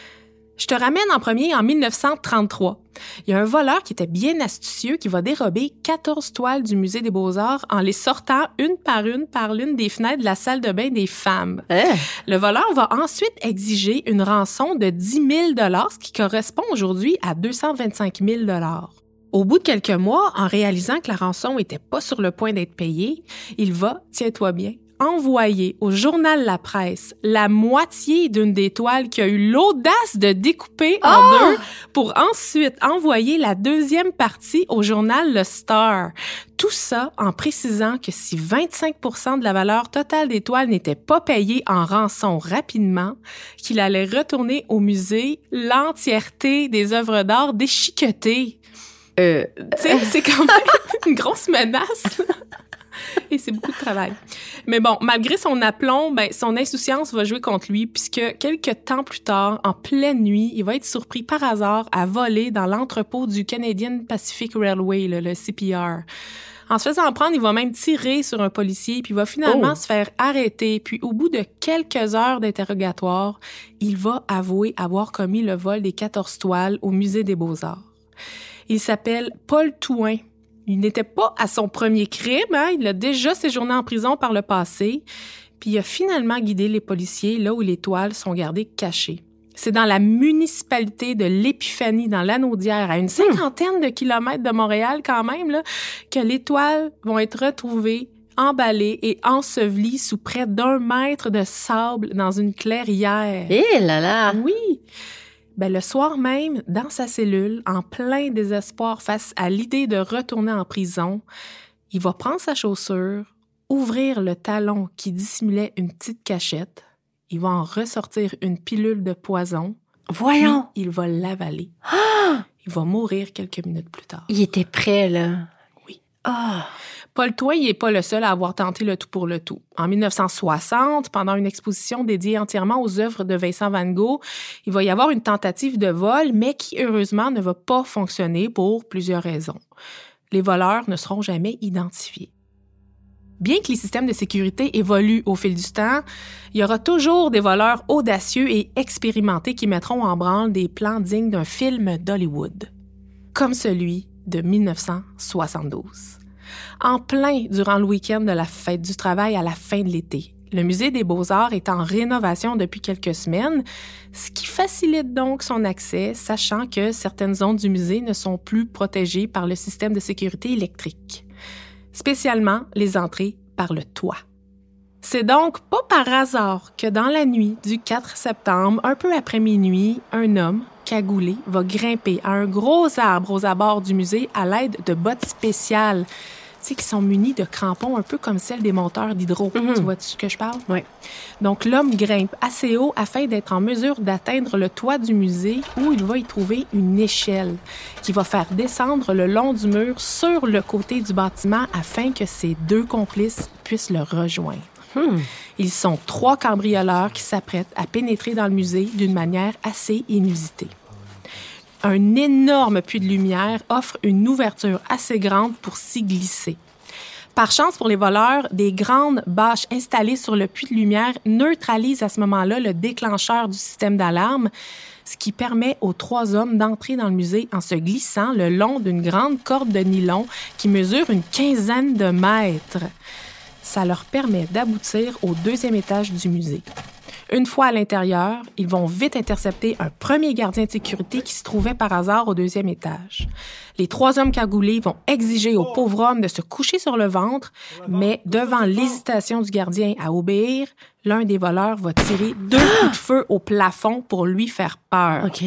Je te ramène en premier en dix-neuf cent trente-trois. Il y a un voleur qui était bien astucieux qui va dérober quatorze toiles du Musée des Beaux-Arts en les sortant une par une par l'une des fenêtres de la salle de bain des femmes. Hein? Le voleur va ensuite exiger une rançon de dix mille dollars, ce qui correspond aujourd'hui à deux cent vingt-cinq mille dollars. Au bout de quelques mois, en réalisant que la rançon était pas sur le point d'être payée, il va, tiens-toi bien, envoyer au journal La Presse la moitié d'une des toiles qu'il a eu l'audace de découper en Oh! deux pour ensuite envoyer la deuxième partie au journal Le Star. Tout ça en précisant que si vingt-cinq pour cent de la valeur totale des toiles n'était pas payée en rançon rapidement, qu'il allait retourner au musée l'entièreté des œuvres d'art déchiquetées. Euh, Tu sais, c'est quand même une grosse menace. Et c'est beaucoup de travail. Mais bon, malgré son aplomb, ben, son insouciance va jouer contre lui puisque quelques temps plus tard, en pleine nuit, il va être surpris par hasard à voler dans l'entrepôt du Canadian Pacific Railway, le, le C P R. En se faisant prendre, il va même tirer sur un policier puis il va finalement Oh. se faire arrêter. Puis au bout de quelques heures d'interrogatoire, il va avouer avoir commis le vol des quatorze toiles au Musée des Beaux-Arts. Il s'appelle Paul Touin. Il n'était pas à son premier crime, hein? Il a déjà séjourné en prison par le passé, puis il a finalement guidé les policiers là où les toiles sont gardées cachées. C'est dans la municipalité de l'Épiphanie, dans l'Anaudière, à une cinquantaine de kilomètres de Montréal quand même, là, que les toiles vont être retrouvées, emballées et ensevelies sous près d'un mètre de sable dans une clairière. Eh là là! Oui! Ben, le soir même, dans sa cellule, en plein désespoir face à l'idée de retourner en prison, il va prendre sa chaussure, ouvrir le talon qui dissimulait une petite cachette, il va en ressortir une pilule de poison, Voyons! puis il va l'avaler. Ah! Il va mourir quelques minutes plus tard. Il était prêt, là. Oui. Ah! Paul Touin, il n'est pas le seul à avoir tenté le tout pour le tout. En dix-neuf cent soixante, pendant une exposition dédiée entièrement aux œuvres de Vincent van Gogh, il va y avoir une tentative de vol, mais qui, heureusement, ne va pas fonctionner pour plusieurs raisons. Les voleurs ne seront jamais identifiés. Bien que les systèmes de sécurité évoluent au fil du temps, il y aura toujours des voleurs audacieux et expérimentés qui mettront en branle des plans dignes d'un film d'Hollywood, comme celui de dix-neuf cent soixante-douze. En plein durant le week-end de la fête du travail à la fin de l'été. Le Musée des Beaux-Arts est en rénovation depuis quelques semaines, ce qui facilite donc son accès, sachant que certaines zones du musée ne sont plus protégées par le système de sécurité électrique, spécialement les entrées par le toit. C'est donc pas par hasard que dans la nuit du quatre septembre, un peu après minuit, un homme, cagoulé, va grimper à un gros arbre aux abords du musée à l'aide de bottes spéciales, tu sais, qui sont munies de crampons un peu comme celles des monteurs d'hydro. Mm-hmm. Tu vois de ce que je parle? Oui. Donc, l'homme grimpe assez haut afin d'être en mesure d'atteindre le toit du musée où il va y trouver une échelle qui va faire descendre le long du mur sur le côté du bâtiment afin que ses deux complices puissent le rejoindre. Hmm. Ils sont trois cambrioleurs qui s'apprêtent à pénétrer dans le musée d'une manière assez inusitée. Un énorme puits de lumière offre une ouverture assez grande pour s'y glisser. Par chance pour les voleurs, des grandes bâches installées sur le puits de lumière neutralisent à ce moment-là le déclencheur du système d'alarme, ce qui permet aux trois hommes d'entrer dans le musée en se glissant le long d'une grande corde de nylon qui mesure une quinzaine de mètres. Ça leur permet d'aboutir au deuxième étage du musée. Une fois à l'intérieur, ils vont vite intercepter un premier gardien de sécurité qui se trouvait par hasard au deuxième étage. Les trois hommes cagoulés vont exiger au pauvre homme de se coucher sur le ventre, mais devant l'hésitation du gardien à obéir, l'un des voleurs va tirer deux coups de feu au plafond pour lui faire peur. OK.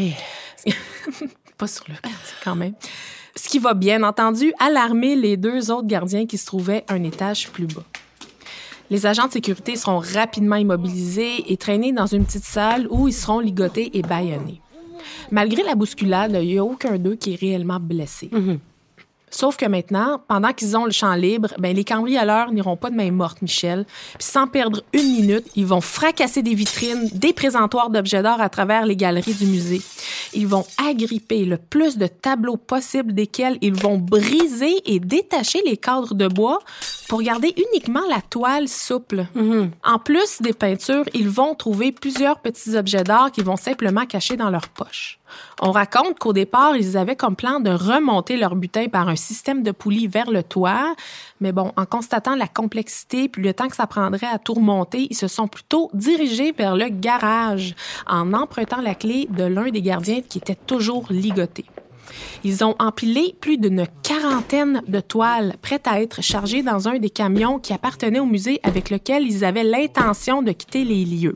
Pas sur le gardien quand même. Ce qui va bien entendu alarmer les deux autres gardiens qui se trouvaient un étage plus bas. Les agents de sécurité seront rapidement immobilisés et traînés dans une petite salle où ils seront ligotés et bâillonnés. Malgré la bousculade, il n'y a aucun d'eux qui est réellement blessé. Mm-hmm. Sauf que maintenant, pendant qu'ils ont le champ libre, ben les cambrioleurs n'iront pas de main morte, Michel. Puis sans perdre une minute, ils vont fracasser des vitrines, des présentoirs d'objets d'art à travers les galeries du musée. Ils vont agripper le plus de tableaux possible desquels ils vont briser et détacher les cadres de bois pour garder uniquement la toile souple. Mm-hmm. En plus des peintures, ils vont trouver plusieurs petits objets d'art qu'ils vont simplement cacher dans leurs poches. On raconte qu'au départ, ils avaient comme plan de remonter leur butin par un système de poulies vers le toit. Mais bon, en constatant la complexité puis le temps que ça prendrait à tout remonter, ils se sont plutôt dirigés vers le garage en empruntant la clé de l'un des gardiens qui était toujours ligoté. Ils ont empilé plus d'une quarantaine de toiles prêtes à être chargées dans un des camions qui appartenait au musée avec lequel ils avaient l'intention de quitter les lieux.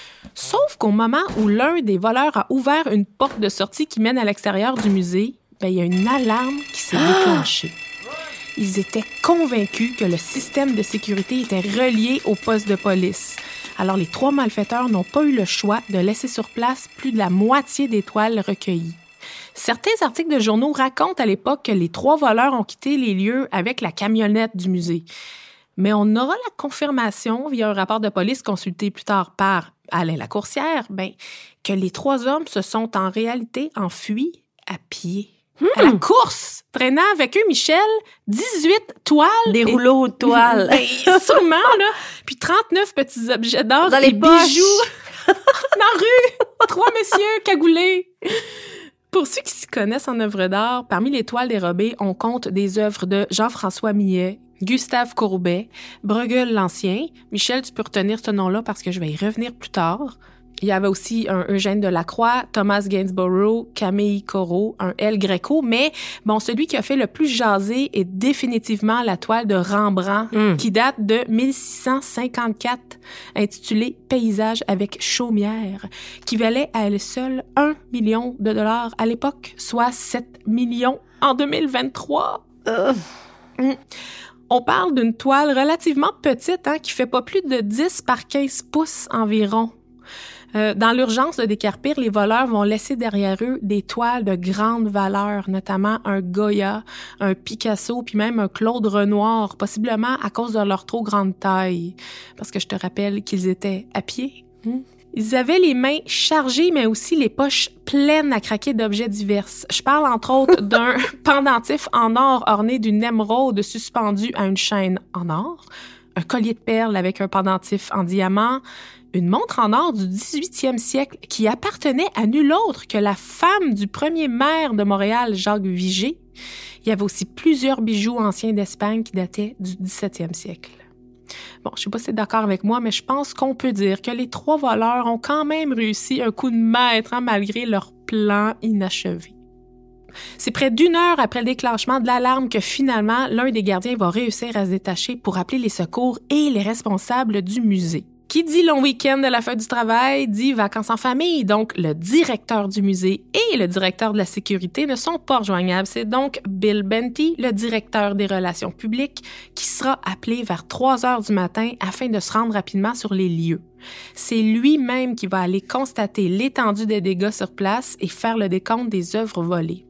Sauf qu'au moment où l'un des voleurs a ouvert une porte de sortie qui mène à l'extérieur du musée, ben, il y a une alarme qui s'est déclenchée. Ils étaient convaincus que le système de sécurité était relié au poste de police. Alors, les trois malfaiteurs n'ont pas eu le choix de laisser sur place plus de la moitié des toiles recueillies. Certains articles de journaux racontent à l'époque que les trois voleurs ont quitté les lieux avec la camionnette du musée. Mais on aura la confirmation, via un rapport de police consulté plus tard par Alain Lacourcière, ben, que les trois hommes se sont en réalité enfuis à pied. Mmh. À la course, traînant avec eux, Michel, dix-huit toiles. Des et... rouleaux de toiles. Ben, sûrement, là. Puis trente-neuf petits objets d'or dans et les poches. bijoux. Dans la rue, trois messieurs cagoulés. Pour ceux qui s'y connaissent en œuvres d'art, parmi les toiles dérobées, on compte des œuvres de Jean-François Millet, Gustave Courbet, Bruegel l'Ancien. Michel, tu peux retenir ce nom-là parce que je vais y revenir plus tard. Il y avait aussi un Eugène Delacroix, Thomas Gainsborough, Camille Corot, un El Greco, mais bon, celui qui a fait le plus jaser est définitivement la toile de Rembrandt, mm. qui date de mille six cent cinquante-quatre, intitulée « Paysage avec chaumière », qui valait à elle seule un million de dollars à l'époque, soit sept millions en deux mille vingt-trois. Uh. Mm. On parle d'une toile relativement petite, hein, qui fait pas plus de dix par quinze pouces environ. Euh, dans l'urgence de décarpir, les voleurs vont laisser derrière eux des toiles de grande valeur, notamment un Goya, un Picasso, puis même un Claude Renoir, possiblement à cause de leur trop grande taille. Parce que je te rappelle qu'ils étaient à pied. Hmm. Ils avaient les mains chargées, mais aussi les poches pleines à craquer d'objets divers. Je parle entre autres d'un pendentif en or orné d'une émeraude suspendue à une chaîne en or, un collier de perles avec un pendentif en diamant, une montre en or du dix-huitième siècle qui appartenait à nul autre que la femme du premier maire de Montréal, Jacques Vigée. Il y avait aussi plusieurs bijoux anciens d'Espagne qui dataient du dix-septième siècle. Bon, je sais pas si t'es d'accord avec moi, mais je pense qu'on peut dire que les trois voleurs ont quand même réussi un coup de maître, hein, malgré leur plan inachevé. C'est près d'une heure après le déclenchement de l'alarme que finalement, l'un des gardiens va réussir à se détacher pour appeler les secours et les responsables du musée. Qui dit long week-end de la fête du travail, dit vacances en famille. Donc, le directeur du musée et le directeur de la sécurité ne sont pas rejoignables. C'est donc Bill Benty, le directeur des relations publiques, qui sera appelé vers trois heures du matin afin de se rendre rapidement sur les lieux. C'est lui-même qui va aller constater l'étendue des dégâts sur place et faire le décompte des œuvres volées.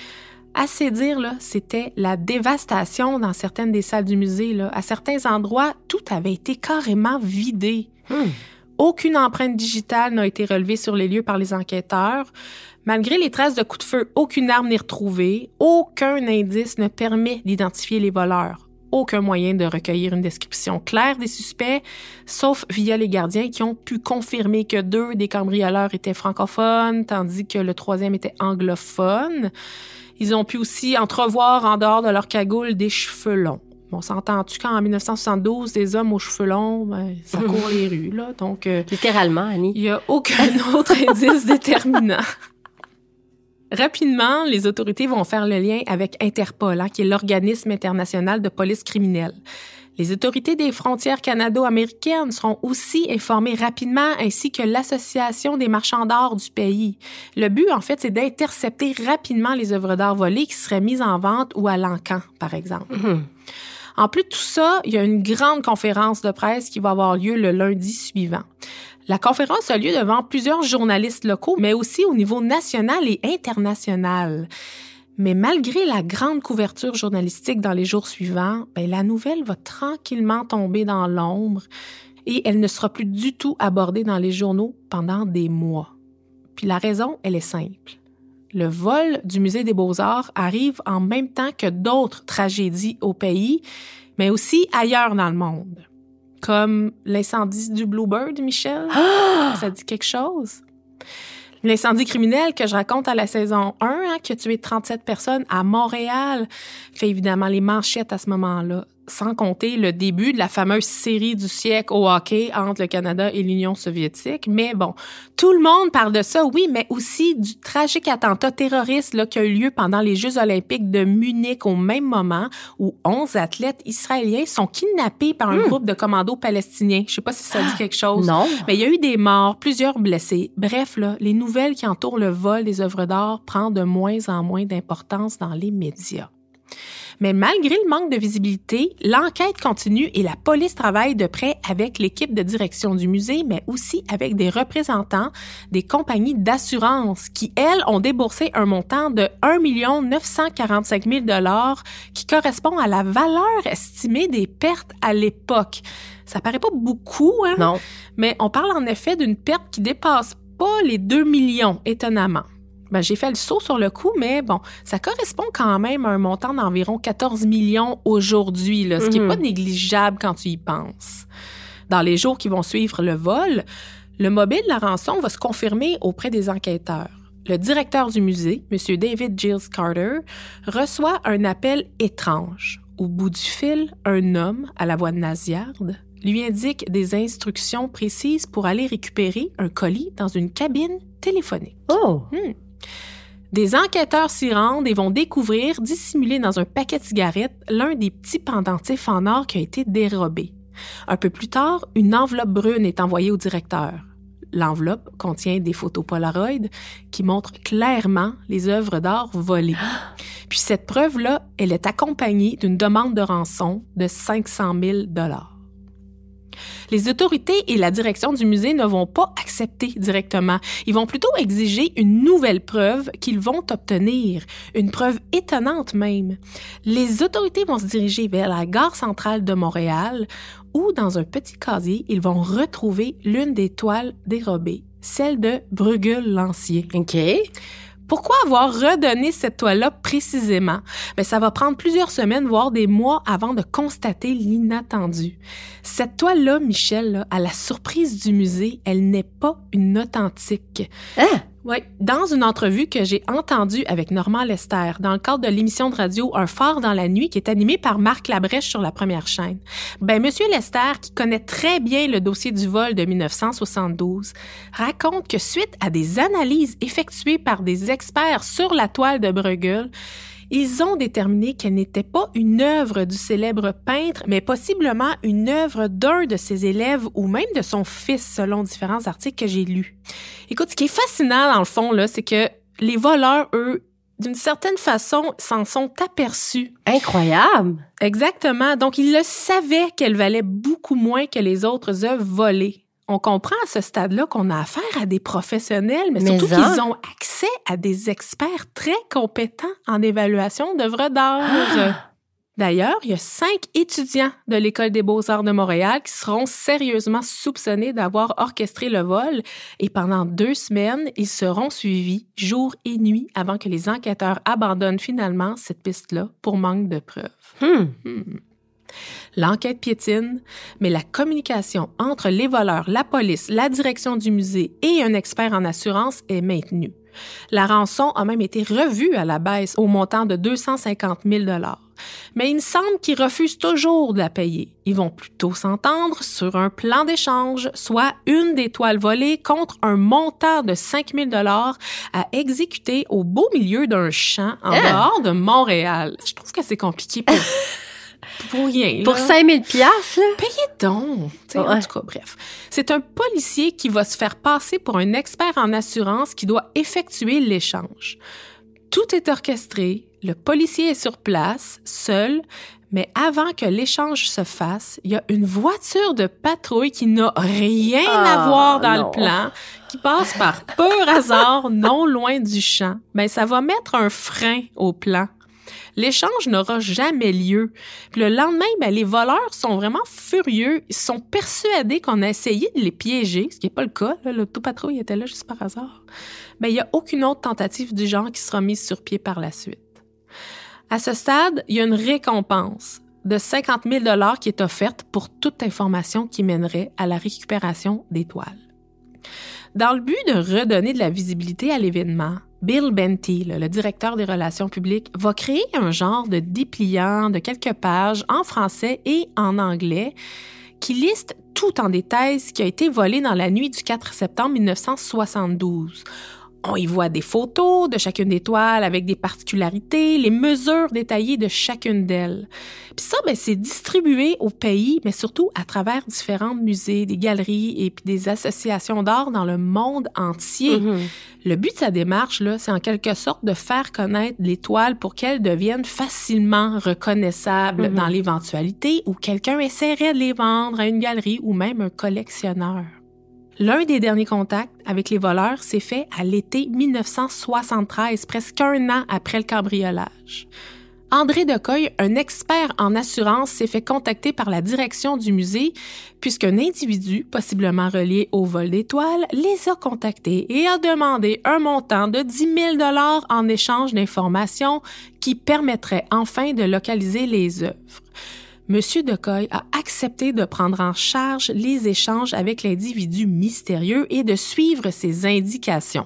Assez dire, là, c'était la dévastation dans certaines des salles du musée. Là. À certains endroits, tout avait été carrément vidé. Hmm. Aucune empreinte digitale n'a été relevée sur les lieux par les enquêteurs. Malgré les traces de coups de feu, aucune arme n'est retrouvée. Aucun indice ne permet d'identifier les voleurs. Aucun moyen de recueillir une description claire des suspects, sauf via les gardiens qui ont pu confirmer que deux des cambrioleurs étaient francophones, tandis que le troisième était anglophone. Ils ont pu aussi entrevoir en dehors de leur cagoule des cheveux longs. Bon, s'entend-tu qu'en dix-neuf cent soixante-douze, des hommes aux cheveux longs, ben, ça court les rues, là. Donc, euh, littéralement, Annie. Il n'y a aucun autre indice déterminant. Rapidement, les autorités vont faire le lien avec Interpol, hein, qui est l'organisme international de police criminelle. Les autorités des frontières canado-américaines seront aussi informées rapidement, ainsi que l'Association des marchands d'art du pays. Le but, en fait, c'est d'intercepter rapidement les œuvres d'art volées qui seraient mises en vente ou à l'encan, par exemple. Mm-hmm. En plus de tout ça, il y a une grande conférence de presse qui va avoir lieu le lundi suivant. La conférence a lieu devant plusieurs journalistes locaux, mais aussi au niveau national et international. Mais malgré la grande couverture journalistique dans les jours suivants, ben, la nouvelle va tranquillement tomber dans l'ombre et elle ne sera plus du tout abordée dans les journaux pendant des mois. Puis la raison, elle est simple. Le vol du Musée des Beaux-Arts arrive en même temps que d'autres tragédies au pays, mais aussi ailleurs dans le monde. Comme l'incendie du Bluebird, Michel. Ah! Ça dit quelque chose? L'incendie criminel que je raconte à la saison un, hein, qui a tué trente-sept personnes à Montréal, fait évidemment les manchettes à ce moment-là. sans compter le début de la fameuse série du siècle au hockey entre le Canada et l'Union soviétique. Mais bon, tout le monde parle de ça, oui, mais aussi du tragique attentat terroriste là, qui a eu lieu pendant les Jeux olympiques de Munich au même moment où onze athlètes israéliens sont kidnappés par un mmh. groupe de commandos palestiniens. Je sais pas si ça dit quelque chose. Non. Mais il y a eu des morts, plusieurs blessés. Bref, là, les nouvelles qui entourent le vol des œuvres d'art prennent de moins en moins d'importance dans les médias. Mais malgré le manque de visibilité, l'enquête continue et la police travaille de près avec l'équipe de direction du musée, mais aussi avec des représentants des compagnies d'assurance qui, elles, ont déboursé un montant de un million neuf cent quarante-cinq mille dollars qui correspond à la valeur estimée des pertes à l'époque. Ça paraît pas beaucoup, hein? Non. Mais on parle en effet d'une perte qui dépasse pas les deux millions, étonnamment. Ben, j'ai fait le saut sur le coup, mais bon, ça correspond quand même à un montant d'environ quatorze millions aujourd'hui, là, ce mm-hmm. qui n'est pas négligeable quand tu y penses. Dans les jours qui vont suivre le vol, le mobile de la rançon va se confirmer auprès des enquêteurs. Le directeur du musée, M. David Giles Carter, reçoit un appel étrange. Au bout du fil, un homme, à la voix nasillarde, lui indique des instructions précises pour aller récupérer un colis dans une cabine téléphonique. Oh! Hmm. Des enquêteurs s'y rendent et vont découvrir, dissimulé dans un paquet de cigarettes, l'un des petits pendentifs en or qui a été dérobé. Un peu plus tard, une enveloppe brune est envoyée au directeur. L'enveloppe contient des photos Polaroid qui montrent clairement les œuvres d'art volées. Puis cette preuve-là, elle est accompagnée d'une demande de rançon de cinq cent mille dollars. Les autorités et la direction du musée ne vont pas accepter directement. Ils vont plutôt exiger une nouvelle preuve qu'ils vont obtenir, une preuve étonnante même. Les autorités vont se diriger vers la gare centrale de Montréal où, dans un petit casier, ils vont retrouver l'une des toiles dérobées, celle de Bruegel l'Ancien. OK. Pourquoi avoir redonné cette toile-là précisément? Bien, ça va prendre plusieurs semaines, voire des mois avant de constater l'inattendu. Cette toile-là, Michel, là, à la surprise du musée, elle n'est pas une authentique. Hein? Oui, dans une entrevue que j'ai entendue avec Normand Lester, dans le cadre de l'émission de radio Un phare dans la nuit, qui est animée par Marc Labrèche sur la première chaîne, ben Monsieur Lester, qui connaît très bien le dossier du vol de dix-neuf cent soixante-douze, raconte que suite à des analyses effectuées par des experts sur la toile de Bruegel, ils ont déterminé qu'elle n'était pas une œuvre du célèbre peintre, mais possiblement une œuvre d'un de ses élèves ou même de son fils, selon différents articles que j'ai lus. Écoute, ce qui est fascinant, dans le fond, là, c'est que les voleurs, eux, d'une certaine façon, s'en sont aperçus. Incroyable! Exactement. Donc, ils le savaient qu'elle valait beaucoup moins que les autres œuvres volées. On comprend à ce stade-là qu'on a affaire à des professionnels, mais, mais surtout hein? qu'ils ont accès à des experts très compétents en évaluation d'œuvres d'art. Ah! D'ailleurs, il y a cinq étudiants de l'École des beaux-arts de Montréal qui seront sérieusement soupçonnés d'avoir orchestré le vol et pendant deux semaines, ils seront suivis jour et nuit avant que les enquêteurs abandonnent finalement cette piste-là pour manque de preuves. Hmm. Hmm. L'enquête piétine, mais la communication entre les voleurs, la police, la direction du musée et un expert en assurance est maintenue. La rançon a même été revue à la baisse au montant de deux cent cinquante mille dollars. Mais il me semble qu'ils refusent toujours de la payer. Ils vont plutôt s'entendre sur un plan d'échange, soit une des toiles volées contre un montant de cinq mille dollars à exécuter au beau milieu d'un champ en ah! dehors de Montréal. Je trouve que c'est compliqué pour... Pour rien. Pour cinq mille piastres, là? Payez donc. Ouais. En tout cas, bref. C'est un policier qui va se faire passer pour un expert en assurance qui doit effectuer l'échange. Tout est orchestré. Le policier est sur place, seul, mais avant que l'échange se fasse, il y a une voiture de patrouille qui n'a rien ah, à voir dans non. le plan, qui passe par pur hasard non loin du champ. Ben, ça va mettre un frein au plan. L'échange n'aura jamais lieu. Puis le lendemain, ben, les voleurs sont vraiment furieux. Ils sont persuadés qu'on a essayé de les piéger, ce qui n'est pas le cas. Là, l'autopatrouille était là juste par hasard. Mais il n'y a aucune autre tentative du genre qui sera mise sur pied par la suite. À ce stade, il y a une récompense de cinquante mille dollars qui est offerte pour toute information qui mènerait à la récupération des toiles. Dans le but de redonner de la visibilité à l'événement, Bill Benty, le, le directeur des relations publiques, va créer un genre de dépliant de quelques pages en français et en anglais qui liste tout en détail ce qui a été volé dans la nuit du quatre septembre mille neuf cent soixante-douze. On y voit des photos de chacune des toiles avec des particularités, les mesures détaillées de chacune d'elles. Puis ça, ben, c'est distribué au pays, mais surtout à travers différents musées, des galeries et puis des associations d'art dans le monde entier. Mm-hmm. Le but de sa démarche, là, c'est en quelque sorte de faire connaître les toiles pour qu'elles deviennent facilement reconnaissables mm-hmm. dans l'éventualité où quelqu'un essaierait de les vendre à une galerie ou même un collectionneur. L'un des derniers contacts avec les voleurs s'est fait à l'été mille neuf cent soixante-treize, presque un an après le cambriolage. André Decoy, un expert en assurance, s'est fait contacter par la direction du musée puisqu'un individu, possiblement relié au vol des toiles, les a contactés et a demandé un montant de dix mille dollars en échange d'informations qui permettraient enfin de localiser les œuvres. Monsieur Decoy a accepté de prendre en charge les échanges avec l'individu mystérieux et de suivre ses indications.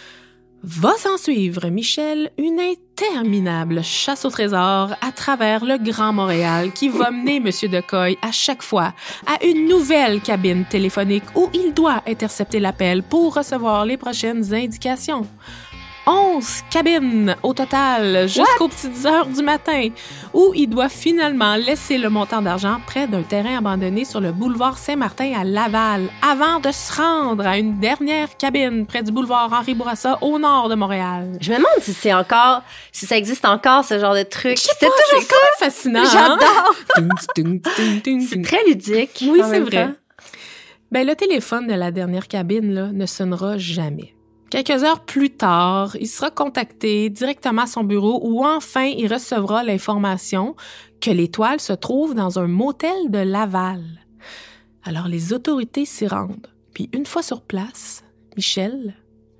Va s'en suivre, Michel, une interminable chasse au trésor à travers le Grand Montréal qui va mener Monsieur Decoy à chaque fois à une nouvelle cabine téléphonique où il doit intercepter l'appel pour recevoir les prochaines indications. onze cabines au total jusqu'aux petites heures du matin, où il doit finalement laisser le montant d'argent près d'un terrain abandonné sur le boulevard Saint-Martin à Laval, avant de se rendre à une dernière cabine près du boulevard Henri-Bourassa au nord de Montréal. Je me demande si c'est encore, si ça existe encore ce genre de truc. Je sais c'est pas, toujours c'est ça. Fascinant. J'adore. Hein? C'est très ludique. Oui, c'est vrai. Temps. Ben, le téléphone de la dernière cabine là, ne sonnera jamais. Quelques heures plus tard, il sera contacté directement à son bureau où enfin il recevra l'information que les toiles se trouvent dans un motel de Laval. Alors les autorités s'y rendent. Puis une fois sur place, Michel,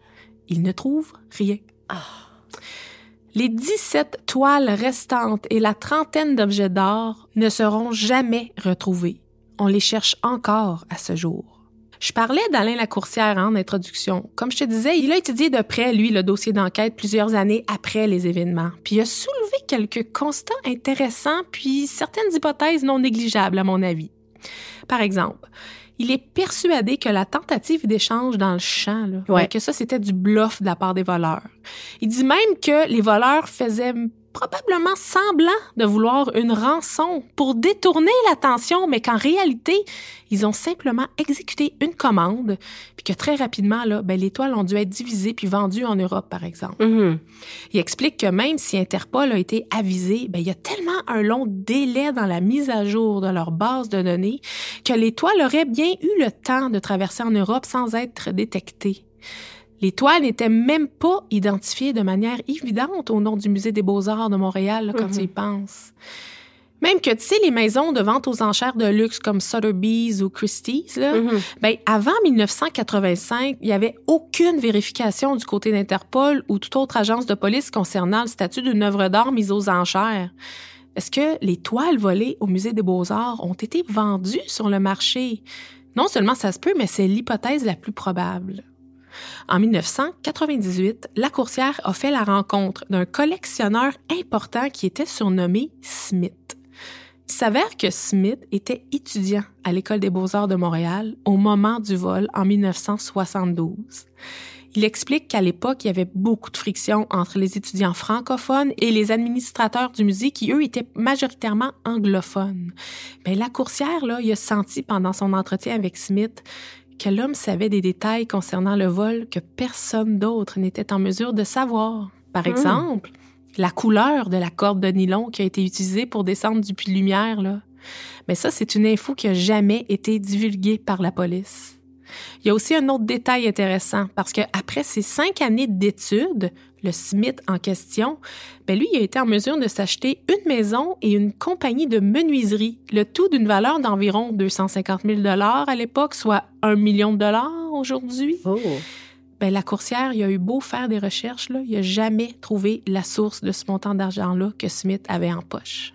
il ne trouve rien. Oh. Les dix-sept toiles restantes et la trentaine d'objets d'art ne seront jamais retrouvés. On les cherche encore à ce jour. Je parlais d'Alain Lacourcière en introduction. Comme je te disais, il a étudié de près, lui, le dossier d'enquête plusieurs années après les événements. Puis il a soulevé quelques constats intéressants, puis certaines hypothèses non négligeables, à mon avis. Par exemple, il est persuadé que la tentative d'échange dans le champ, là, ouais. que ça, c'était du bluff de la part des voleurs. Il dit même que les voleurs faisaient probablement semblant de vouloir une rançon pour détourner l'attention, mais qu'en réalité, ils ont simplement exécuté une commande, puis que très rapidement, là, ben, les toiles ont dû être divisées puis vendues en Europe, par exemple. Mm-hmm. Il explique que même si Interpol a été avisé, ben, il y a tellement un long délai dans la mise à jour de leur base de données que les toiles auraient bien eu le temps de traverser en Europe sans être détectées. Les toiles n'étaient même pas identifiées de manière évidente au nom du Musée des Beaux-Arts de Montréal, là, quand mm-hmm. tu y penses. Même que, tu sais, les maisons de vente aux enchères de luxe comme Sotheby's ou Christie's, là, mm-hmm. ben, avant mille neuf cent quatre-vingt-cinq, il n'y avait aucune vérification du côté d'Interpol ou toute autre agence de police concernant le statut d'une œuvre d'art mise aux enchères. Est-ce que les toiles volées au Musée des Beaux-Arts ont été vendues sur le marché? Non seulement ça se peut, mais c'est l'hypothèse la plus probable. En mille neuf cent quatre-vingt-dix-huit, Lacourcière a fait la rencontre d'un collectionneur important qui était surnommé Smith. Il s'avère que Smith était étudiant à l'École des Beaux-Arts de Montréal au moment du vol en mille neuf cent soixante-douze. Il explique qu'à l'époque, il y avait beaucoup de friction entre les étudiants francophones et les administrateurs du musée qui, eux, étaient majoritairement anglophones. Mais Lacourcière, là, il a senti pendant son entretien avec Smith que l'homme savait des détails concernant le vol que personne d'autre n'était en mesure de savoir. Par mmh. exemple, la couleur de la corde de nylon qui a été utilisée pour descendre du puits de lumière, là. Mais ça, c'est une info qui n'a jamais été divulguée par la police. Il y a aussi un autre détail intéressant, parce qu'après ses cinq années d'études, le Smith en question, ben lui, il a été en mesure de s'acheter une maison et une compagnie de menuiserie, le tout d'une valeur d'environ deux cent cinquante mille dollars à l'époque, soit un million de dollars aujourd'hui. Oh. Ben, Lacourcière, il a eu beau faire des recherches, là, il n'a jamais trouvé la source de ce montant d'argent-là que Smith avait en poche.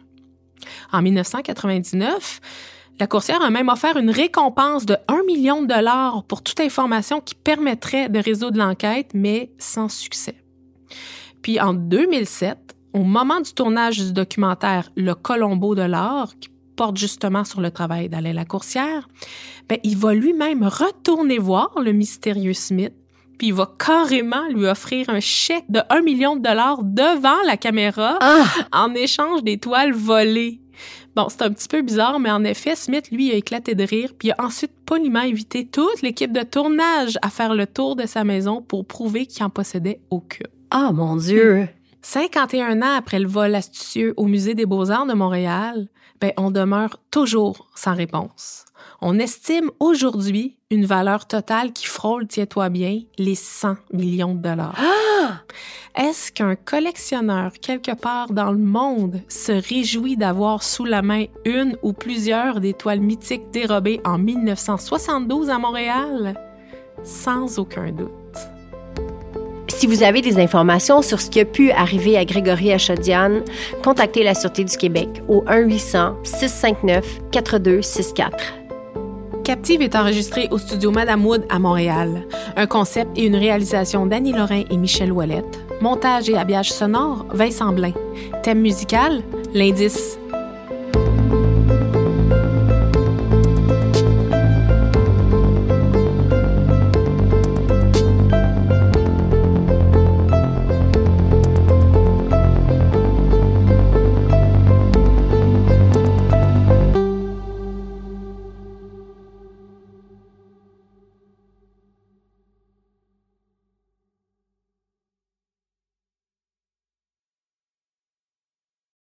En mille neuf cent quatre-vingt-dix-neuf, Lacourcière a même offert une récompense de un million de dollars pour toute information qui permettrait de résoudre l'enquête, mais sans succès. Puis en deux mille sept, au moment du tournage du documentaire Le Colombo de l'or, qui porte justement sur le travail d'Alain Lacourcière, ben, il va lui-même retourner voir le mystérieux Smith, puis il va carrément lui offrir un chèque de un million de dollars devant la caméra ah! en échange des toiles volées. Bon, c'est un petit peu bizarre, mais en effet, Smith, lui, a éclaté de rire, puis a ensuite poliment invité toute l'équipe de tournage à faire le tour de sa maison pour prouver qu'il en possédait aucune. Ah, mon Dieu! cinquante et un ans après le vol astucieux au Musée des Beaux-Arts de Montréal, ben, on demeure toujours sans réponse. On estime aujourd'hui une valeur totale qui frôle, tiens-toi bien, les cent millions de dollars. Ah! Est-ce qu'un collectionneur, quelque part dans le monde, se réjouit d'avoir sous la main une ou plusieurs des toiles mythiques dérobées en dix-neuf cent soixante-douze à Montréal? Sans aucun doute. Si vous avez des informations sur ce qui a pu arriver à Grégory Achadian, contactez la Sûreté du Québec au un huit cents, six cinq neuf, quatre deux six quatre. Captive est enregistré au studio Madame Wood à Montréal. Un concept et une réalisation d'Annie Lorrain et Michel Ouellette. Montage et habillage sonore, Vincent Blain. Thème musical, L'Indice.